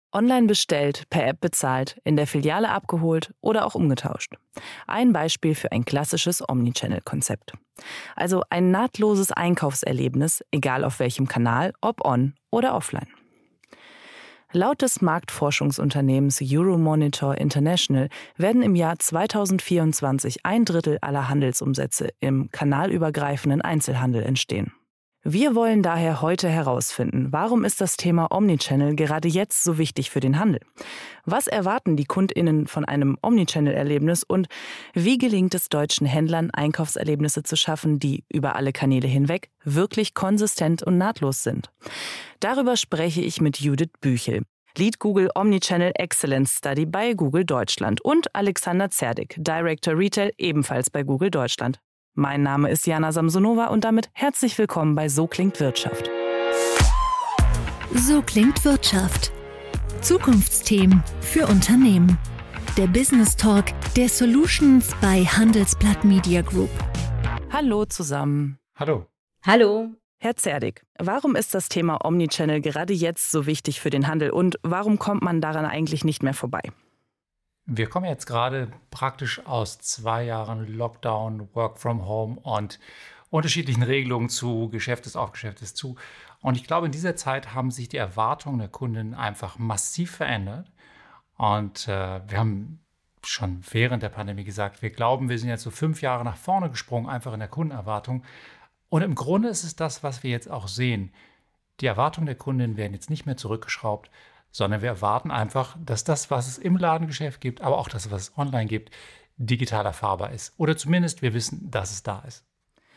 Online bestellt, per App bezahlt, in der Filiale abgeholt oder auch umgetauscht. Ein Beispiel für ein klassisches Omnichannel-Konzept. Also ein nahtloses Einkaufserlebnis, egal auf welchem Kanal, ob on oder offline. Laut des Marktforschungsunternehmens Euromonitor International werden im Jahr 2024 ein Drittel aller Handelsumsätze im kanalübergreifenden Einzelhandel entstehen. Wir wollen daher heute herausfinden, warum ist das Thema Omnichannel gerade jetzt so wichtig für den Handel? Was erwarten die KundInnen von einem Omnichannel-Erlebnis und wie gelingt es deutschen Händlern, Einkaufserlebnisse zu schaffen, die über alle Kanäle hinweg wirklich konsistent und nahtlos sind? Darüber spreche ich mit Judith Büchel, Lead Google Omnichannel Excellence Study bei Google Deutschland, und Alexander Zerdik, Director Retail ebenfalls bei Google Deutschland. Mein Name ist Jana Samsonova und damit herzlich willkommen bei So klingt Wirtschaft. So klingt Wirtschaft. Zukunftsthemen für Unternehmen. Der Business Talk der Solutions bei Handelsblatt Media Group. Hallo zusammen. Hallo. Hallo. Herr Zerdik, warum ist das Thema Omnichannel gerade jetzt so wichtig für den Handel und warum kommt man daran eigentlich nicht mehr vorbei? Wir kommen jetzt gerade praktisch aus 2 Jahren Lockdown, Work from Home und unterschiedlichen Regelungen zu Geschäft ist auf Geschäft ist zu. Und ich glaube, in dieser Zeit haben sich die Erwartungen der Kunden einfach massiv verändert. Und wir haben schon während der Pandemie gesagt, wir glauben, wir sind jetzt so 5 Jahre nach vorne gesprungen, einfach in der Kundenerwartung. Und im Grunde ist es das, was wir jetzt auch sehen. Die Erwartungen der Kunden werden jetzt nicht mehr zurückgeschraubt, sondern wir erwarten einfach, dass das, was es im Ladengeschäft gibt, aber auch das, was es online gibt, digital erfahrbar ist. Oder zumindest wir wissen, dass es da ist.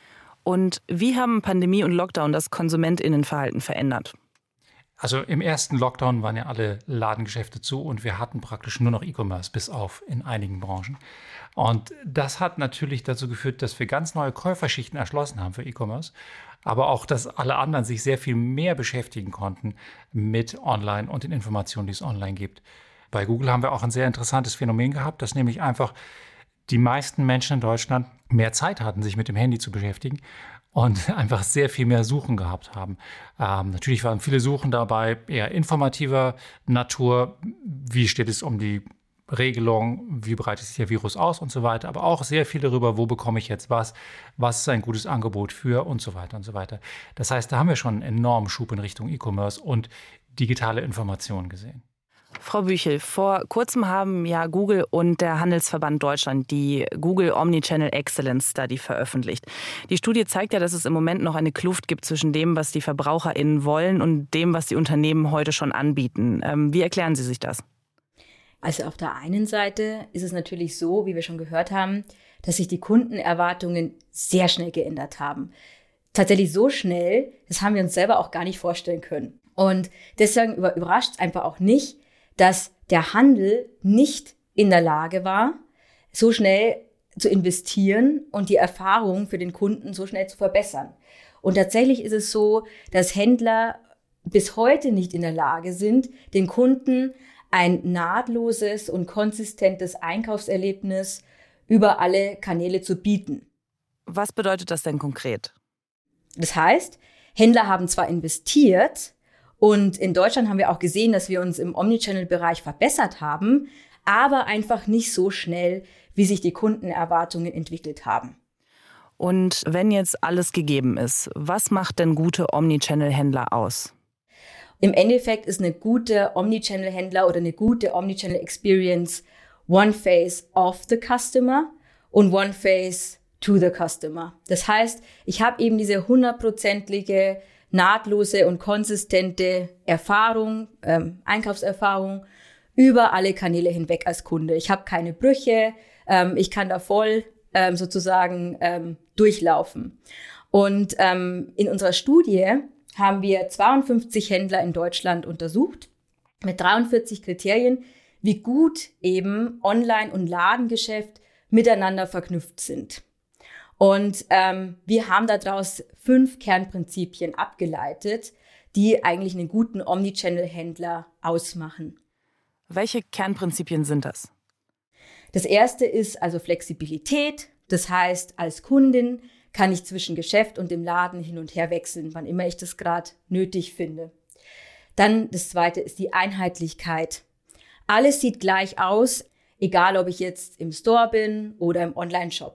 Und wie haben Pandemie und Lockdown das KonsumentInnenverhalten verändert? Also im ersten Lockdown waren ja alle Ladengeschäfte zu und wir hatten praktisch nur noch E-Commerce, bis auf in einigen Branchen. Und das hat natürlich dazu geführt, dass wir ganz neue Käuferschichten erschlossen haben für E-Commerce, aber auch, dass alle anderen sich sehr viel mehr beschäftigen konnten mit Online und den Informationen, die es online gibt. Bei Google haben wir auch ein sehr interessantes Phänomen gehabt, dass nämlich einfach die meisten Menschen in Deutschland mehr Zeit hatten, sich mit dem Handy zu beschäftigen und einfach sehr viel mehr Suchen gehabt haben. Natürlich waren viele Suchen dabei, eher informativer Natur. Wie steht es um die Regelung, wie breitet sich der Virus aus und so weiter, aber auch sehr viel darüber, wo bekomme ich jetzt was ist ein gutes Angebot für und so weiter und so weiter. Das heißt, da haben wir schon einen enormen Schub in Richtung E-Commerce und digitale Informationen gesehen. Frau Büchel, vor kurzem haben ja Google und der Handelsverband Deutschland die Google Omnichannel Excellence Study veröffentlicht. Die Studie zeigt ja, dass es im Moment noch eine Kluft gibt zwischen dem, was die VerbraucherInnen wollen und dem, was die Unternehmen heute schon anbieten. Wie erklären Sie sich das? Also auf der einen Seite ist es natürlich so, wie wir schon gehört haben, dass sich die Kundenerwartungen sehr schnell geändert haben. Tatsächlich so schnell, das haben wir uns selber auch gar nicht vorstellen können. Und deswegen überrascht es einfach auch nicht, dass der Handel nicht in der Lage war, so schnell zu investieren und die Erfahrung für den Kunden so schnell zu verbessern. Und tatsächlich ist es so, dass Händler bis heute nicht in der Lage sind, den Kunden ein nahtloses und konsistentes Einkaufserlebnis über alle Kanäle zu bieten. Was bedeutet das denn konkret? Das heißt, Händler haben zwar investiert und in Deutschland haben wir auch gesehen, dass wir uns im Omnichannel-Bereich verbessert haben, aber einfach nicht so schnell, wie sich die Kundenerwartungen entwickelt haben. Und wenn jetzt alles gegeben ist, was macht denn gute Omnichannel-Händler aus? Im Endeffekt ist eine gute Omnichannel-Händler oder eine gute Omnichannel-Experience one face of the customer und one face to the customer. Das heißt, ich habe eben diese 100%ige, nahtlose und konsistente Erfahrung, Einkaufserfahrung über alle Kanäle hinweg als Kunde. Ich habe keine Brüche, ich kann da voll sozusagen durchlaufen. Und in unserer Studie haben wir 52 Händler in Deutschland untersucht mit 43 Kriterien, wie gut eben Online- und Ladengeschäft miteinander verknüpft sind. Und wir haben daraus 5 Kernprinzipien abgeleitet, die eigentlich einen guten Omnichannel-Händler ausmachen. Welche Kernprinzipien sind das? Das erste ist also Flexibilität. Das heißt, als Kundin kann ich zwischen Geschäft und dem Laden hin und her wechseln, wann immer ich das gerade nötig finde. Dann das zweite ist die Einheitlichkeit. Alles sieht gleich aus, egal ob ich jetzt im Store bin oder im Online-Shop.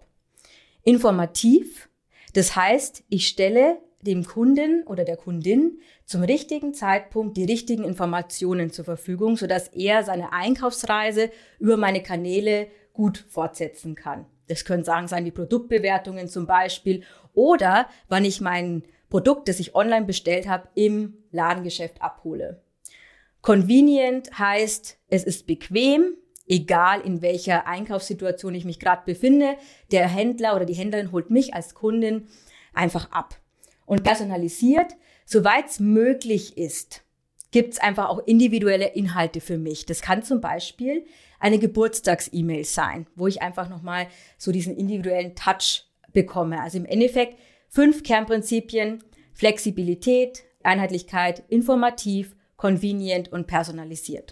Informativ, das heißt, ich stelle dem Kunden oder der Kundin zum richtigen Zeitpunkt die richtigen Informationen zur Verfügung, sodass er seine Einkaufsreise über meine Kanäle gut fortsetzen kann. Das können Sachen sein wie Produktbewertungen zum Beispiel oder wann ich mein Produkt, das ich online bestellt habe, im Ladengeschäft abhole. Convenient heißt, es ist bequem, egal in welcher Einkaufssituation ich mich gerade befinde. Der Händler oder die Händlerin holt mich als Kundin einfach ab. Und personalisiert, soweit es möglich ist, gibt es einfach auch individuelle Inhalte für mich. Das kann zum Beispiel eine Geburtstags-E-Mail sein, wo ich einfach nochmal so diesen individuellen Touch bekomme. Also im Endeffekt 5 Kernprinzipien: Flexibilität, Einheitlichkeit, informativ, convenient und personalisiert.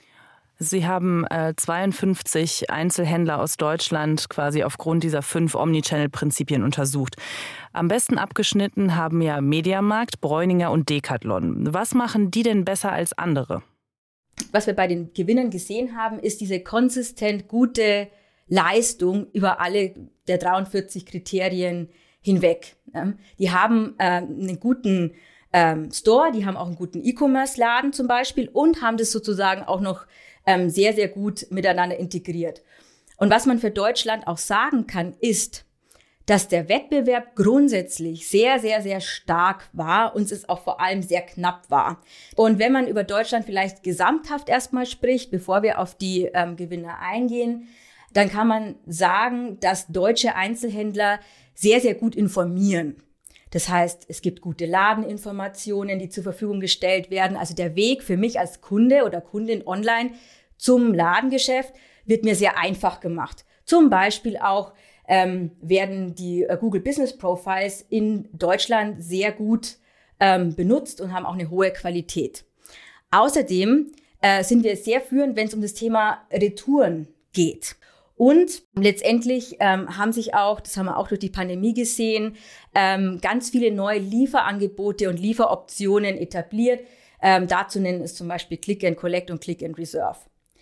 Sie haben 52 Einzelhändler aus Deutschland quasi aufgrund dieser 5 Omnichannel-Prinzipien untersucht. Am besten abgeschnitten haben ja MediaMarkt, Breuninger und Decathlon. Was machen die denn besser als andere? Was wir bei den Gewinnern gesehen haben, ist diese konsistent gute Leistung über alle der 43 Kriterien hinweg. Die haben einen guten Store, die haben auch einen guten E-Commerce-Laden zum Beispiel und haben das sozusagen auch noch sehr, sehr gut miteinander integriert. Und was man für Deutschland auch sagen kann, ist, dass der Wettbewerb grundsätzlich sehr, sehr, sehr stark war und es auch vor allem sehr knapp war. Und wenn man über Deutschland vielleicht gesamthaft erstmal spricht, bevor wir auf die Gewinner eingehen, dann kann man sagen, dass deutsche Einzelhändler sehr, sehr gut informieren. Das heißt, es gibt gute Ladeninformationen, die zur Verfügung gestellt werden. Also der Weg für mich als Kunde oder Kundin online zum Ladengeschäft wird mir sehr einfach gemacht. Zum Beispiel auch werden die Google Business Profiles in Deutschland sehr gut benutzt und haben auch eine hohe Qualität. Außerdem sind wir sehr führend, wenn es um das Thema Retouren geht. Und letztendlich haben sich auch, das haben wir auch durch die Pandemie gesehen, ganz viele neue Lieferangebote und Lieferoptionen etabliert. Dazu nennen es zum Beispiel Click and Collect und Click and Reserve.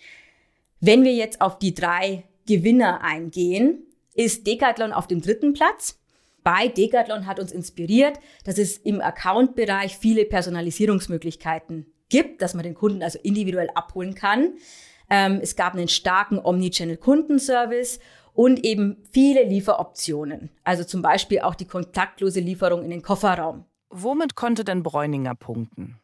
Wenn wir jetzt auf die 3 Gewinner eingehen, ist Decathlon auf dem 3. Platz. Bei Decathlon hat uns inspiriert, dass es im Account-Bereich viele Personalisierungsmöglichkeiten gibt, dass man den Kunden also individuell abholen kann. Es gab einen starken Omnichannel-Kundenservice und eben viele Lieferoptionen. Also zum Beispiel auch die kontaktlose Lieferung in den Kofferraum. Womit konnte denn Breuninger punkten?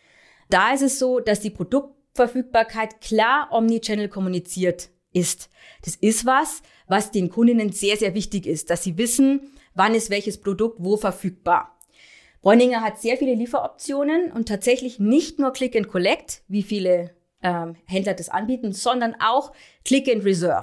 Da ist es so, dass die Produktverfügbarkeit klar Omnichannel kommuniziert ist. Das ist was den Kundinnen sehr, sehr wichtig ist, dass sie wissen, wann ist welches Produkt wo verfügbar. Breuninger hat sehr viele Lieferoptionen und tatsächlich nicht nur Click and Collect, wie viele Händler das anbieten, sondern auch Click and Reserve.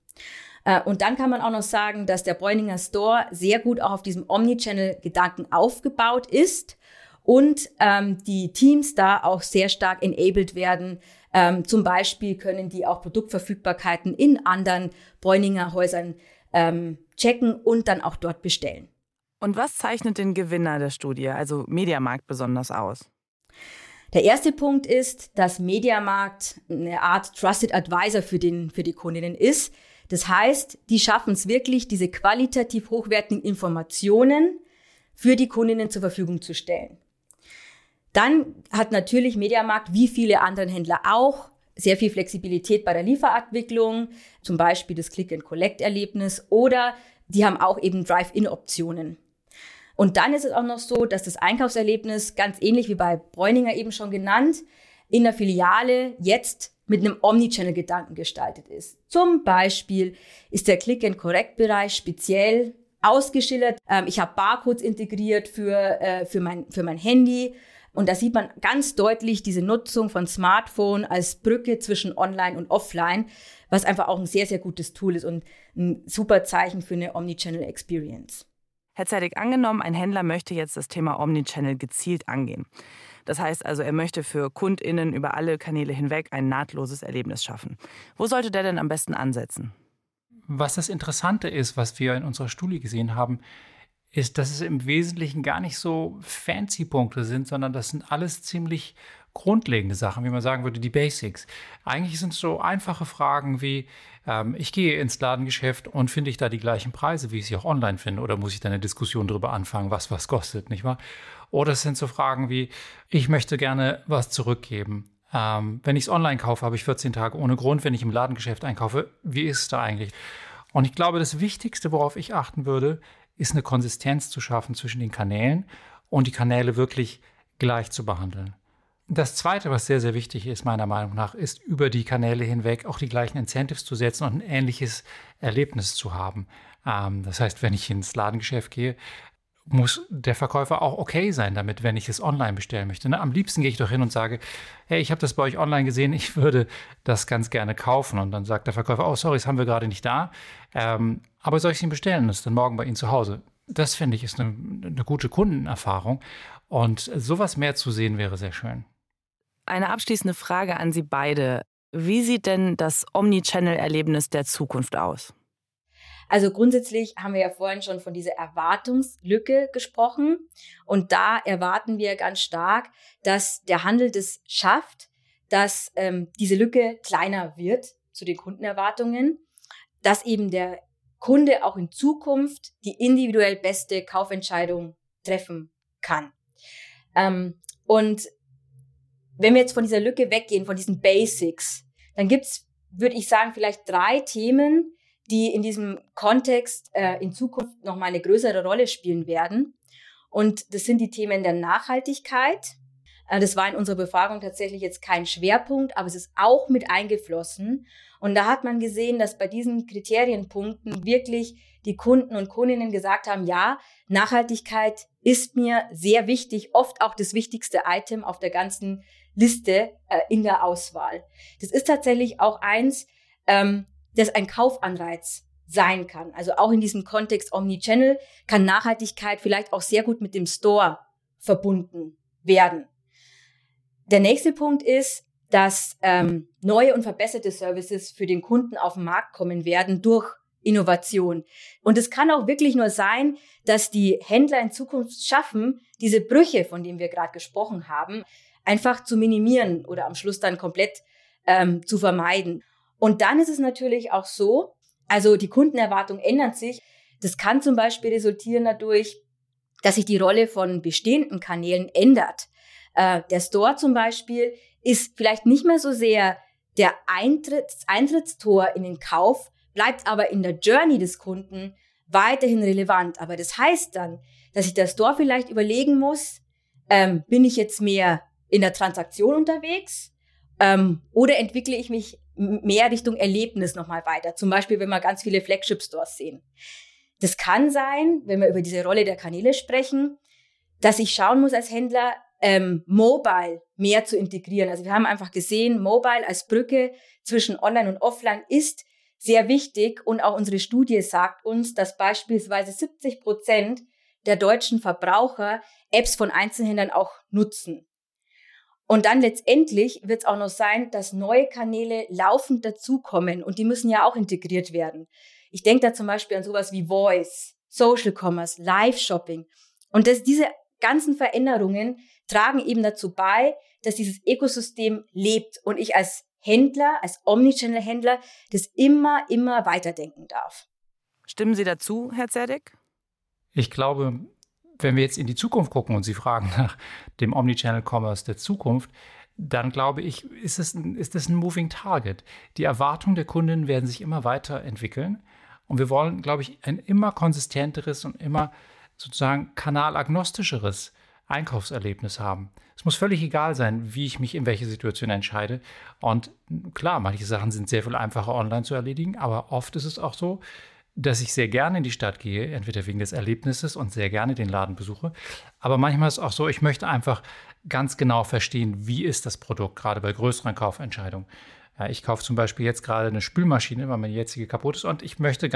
Und dann kann man auch noch sagen, dass der Breuninger Store sehr gut auch auf diesem Omnichannel-Gedanken aufgebaut ist und die Teams da auch sehr stark enabled werden. Zum Beispiel können die auch Produktverfügbarkeiten in anderen Breuninger Häusern checken und dann auch dort bestellen. Und was zeichnet den Gewinner der Studie, also MediaMarkt, besonders aus? Der erste Punkt ist, dass MediaMarkt eine Art Trusted Advisor für die Kundinnen ist. Das heißt, die schaffen es wirklich, diese qualitativ hochwertigen Informationen für die Kundinnen zur Verfügung zu stellen. Dann hat natürlich MediaMarkt, wie viele andere Händler auch, sehr viel Flexibilität bei der Lieferabwicklung, zum Beispiel das Click-and-Collect-Erlebnis oder die haben auch eben Drive-In-Optionen. Und dann ist es auch noch so, dass das Einkaufserlebnis, ganz ähnlich wie bei Breuninger eben schon genannt, in der Filiale jetzt mit einem Omnichannel-Gedanken gestaltet ist. Zum Beispiel ist der Click-and-Collect-Bereich speziell ausgeschildert. Ich habe Barcodes integriert für mein Handy. Und da sieht man ganz deutlich diese Nutzung von Smartphone als Brücke zwischen Online und Offline, was einfach auch ein sehr, sehr gutes Tool ist und ein super Zeichen für eine Omnichannel-Experience. Herr Zedek, angenommen, ein Händler möchte jetzt das Thema Omnichannel gezielt angehen. Das heißt also, er möchte für KundInnen über alle Kanäle hinweg ein nahtloses Erlebnis schaffen. Wo sollte der denn am besten ansetzen? Was das Interessante ist, was wir in unserer Studie gesehen haben, ist, dass es im Wesentlichen gar nicht so fancy Punkte sind, sondern das sind alles ziemlich grundlegende Sachen, wie man sagen würde, die Basics. Eigentlich sind es so einfache Fragen wie, ich gehe ins Ladengeschäft und finde ich da die gleichen Preise, wie ich sie auch online finde, oder muss ich da eine Diskussion darüber anfangen, was kostet, nicht wahr? Oder es sind so Fragen wie, ich möchte gerne was zurückgeben. Wenn ich es online kaufe, habe ich 14 Tage ohne Grund. Wenn ich im Ladengeschäft einkaufe, wie ist es da eigentlich? Und ich glaube, das Wichtigste, worauf ich achten würde, ist eine Konsistenz zu schaffen zwischen den Kanälen und die Kanäle wirklich gleich zu behandeln. Das Zweite, was sehr, sehr wichtig ist, meiner Meinung nach, ist, über die Kanäle hinweg auch die gleichen Incentives zu setzen und ein ähnliches Erlebnis zu haben. Das heißt, wenn ich ins Ladengeschäft gehe, muss der Verkäufer auch okay sein damit, wenn ich es online bestellen möchte. Am liebsten gehe ich doch hin und sage, hey, ich habe das bei euch online gesehen, ich würde das ganz gerne kaufen. Und dann sagt der Verkäufer, oh, sorry, das haben wir gerade nicht da. Aber soll ich es Ihnen bestellen? Das ist dann morgen bei Ihnen zu Hause. Das, finde ich, ist eine gute Kundenerfahrung. Und sowas mehr zu sehen, wäre sehr schön. Eine abschließende Frage an Sie beide. Wie sieht denn das Omnichannel-Erlebnis der Zukunft aus? Also grundsätzlich haben wir ja vorhin schon von dieser Erwartungslücke gesprochen. Und da erwarten wir ganz stark, dass der Handel das schafft, dass diese Lücke kleiner wird zu den Kundenerwartungen, dass eben der Kunde auch in Zukunft die individuell beste Kaufentscheidung treffen kann. Und wenn wir jetzt von dieser Lücke weggehen, von diesen Basics, dann gibt's, würde ich sagen, vielleicht 3 Themen, die in diesem Kontext in Zukunft nochmal eine größere Rolle spielen werden. Und das sind die Themen der Nachhaltigkeit. Das war in unserer Befragung tatsächlich jetzt kein Schwerpunkt, aber es ist auch mit eingeflossen. Und da hat man gesehen, dass bei diesen Kriterienpunkten wirklich die Kunden und Kundinnen gesagt haben, ja, Nachhaltigkeit ist mir sehr wichtig, oft auch das wichtigste Item auf der ganzen Liste in der Auswahl. Das ist tatsächlich auch eins, das ein Kaufanreiz sein kann. Also auch in diesem Kontext Omnichannel kann Nachhaltigkeit vielleicht auch sehr gut mit dem Store verbunden werden. Der nächste Punkt ist, dass neue und verbesserte Services für den Kunden auf den Markt kommen werden durch Innovation. Und es kann auch wirklich nur sein, dass die Händler in Zukunft schaffen, diese Brüche, von denen wir gerade gesprochen haben, einfach zu minimieren oder am Schluss dann komplett zu vermeiden. Und dann ist es natürlich auch so, also die Kundenerwartungen ändern sich. Das kann zum Beispiel resultieren dadurch, dass sich die Rolle von bestehenden Kanälen ändert. Der Store zum Beispiel ist vielleicht nicht mehr so sehr der Eintrittstor in den Kauf, bleibt aber in der Journey des Kunden weiterhin relevant. Aber das heißt dann, dass sich der Store vielleicht überlegen muss, bin ich jetzt mehr in der Transaktion unterwegs oder entwickle ich mich mehr Richtung Erlebnis nochmal weiter. Zum Beispiel, wenn wir ganz viele Flagship-Stores sehen. Das kann sein, wenn wir über diese Rolle der Kanäle sprechen, dass ich schauen muss als Händler, Mobile mehr zu integrieren. Also wir haben einfach gesehen, Mobile als Brücke zwischen Online und Offline ist sehr wichtig und auch unsere Studie sagt uns, dass beispielsweise 70% der deutschen Verbraucher Apps von Einzelhändlern auch nutzen. Und dann letztendlich wird es auch noch sein, dass neue Kanäle laufend dazukommen und die müssen ja auch integriert werden. Ich denke da zum Beispiel an sowas wie Voice, Social Commerce, Live-Shopping. Und diese ganzen Veränderungen tragen eben dazu bei, dass dieses Ökosystem lebt und ich als Händler, als Omnichannel-Händler das immer weiterdenken darf. Stimmen Sie dazu, Herr Zerdek? Ich glaube, wenn wir jetzt in die Zukunft gucken und Sie fragen nach dem Omnichannel-Commerce der Zukunft, dann glaube ich, ist das ein Moving Target. Die Erwartungen der Kunden werden sich immer weiterentwickeln und wir wollen, glaube ich, ein immer konsistenteres und immer sozusagen kanalagnostischeres Einkaufserlebnis haben. Es muss völlig egal sein, wie ich mich in welche Situation entscheide. Und klar, manche Sachen sind sehr viel einfacher online zu erledigen, aber oft ist es auch so, dass ich sehr gerne in die Stadt gehe, entweder wegen des Erlebnisses und sehr gerne den Laden besuche. Aber manchmal ist es auch so, ich möchte einfach ganz genau verstehen, wie ist das Produkt, gerade bei größeren Kaufentscheidungen. Ja, ich kaufe zum Beispiel jetzt gerade eine Spülmaschine, weil meine jetzige kaputt ist und ich möchte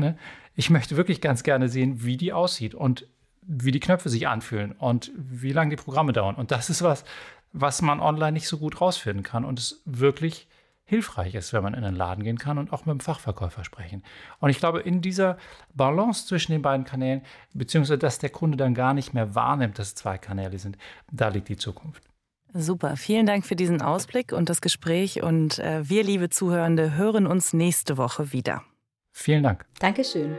wirklich ganz gerne sehen, wie die aussieht und wie die Knöpfe sich anfühlen und wie lange die Programme dauern. Und das ist was man online nicht so gut rausfinden kann und es wirklich hilfreich ist, wenn man in einen Laden gehen kann und auch mit dem Fachverkäufer sprechen. Und ich glaube, in dieser Balance zwischen den beiden Kanälen, beziehungsweise dass der Kunde dann gar nicht mehr wahrnimmt, dass es 2 Kanäle sind, da liegt die Zukunft. Super, vielen Dank für diesen Ausblick und das Gespräch. Und wir, liebe Zuhörende, hören uns nächste Woche wieder. Vielen Dank. Dankeschön.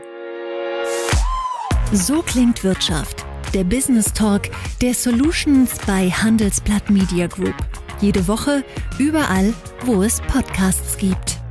So klingt Wirtschaft. Der Business Talk der Solutions bei Handelsblatt Media Group. Jede Woche, überall, wo es Podcasts gibt.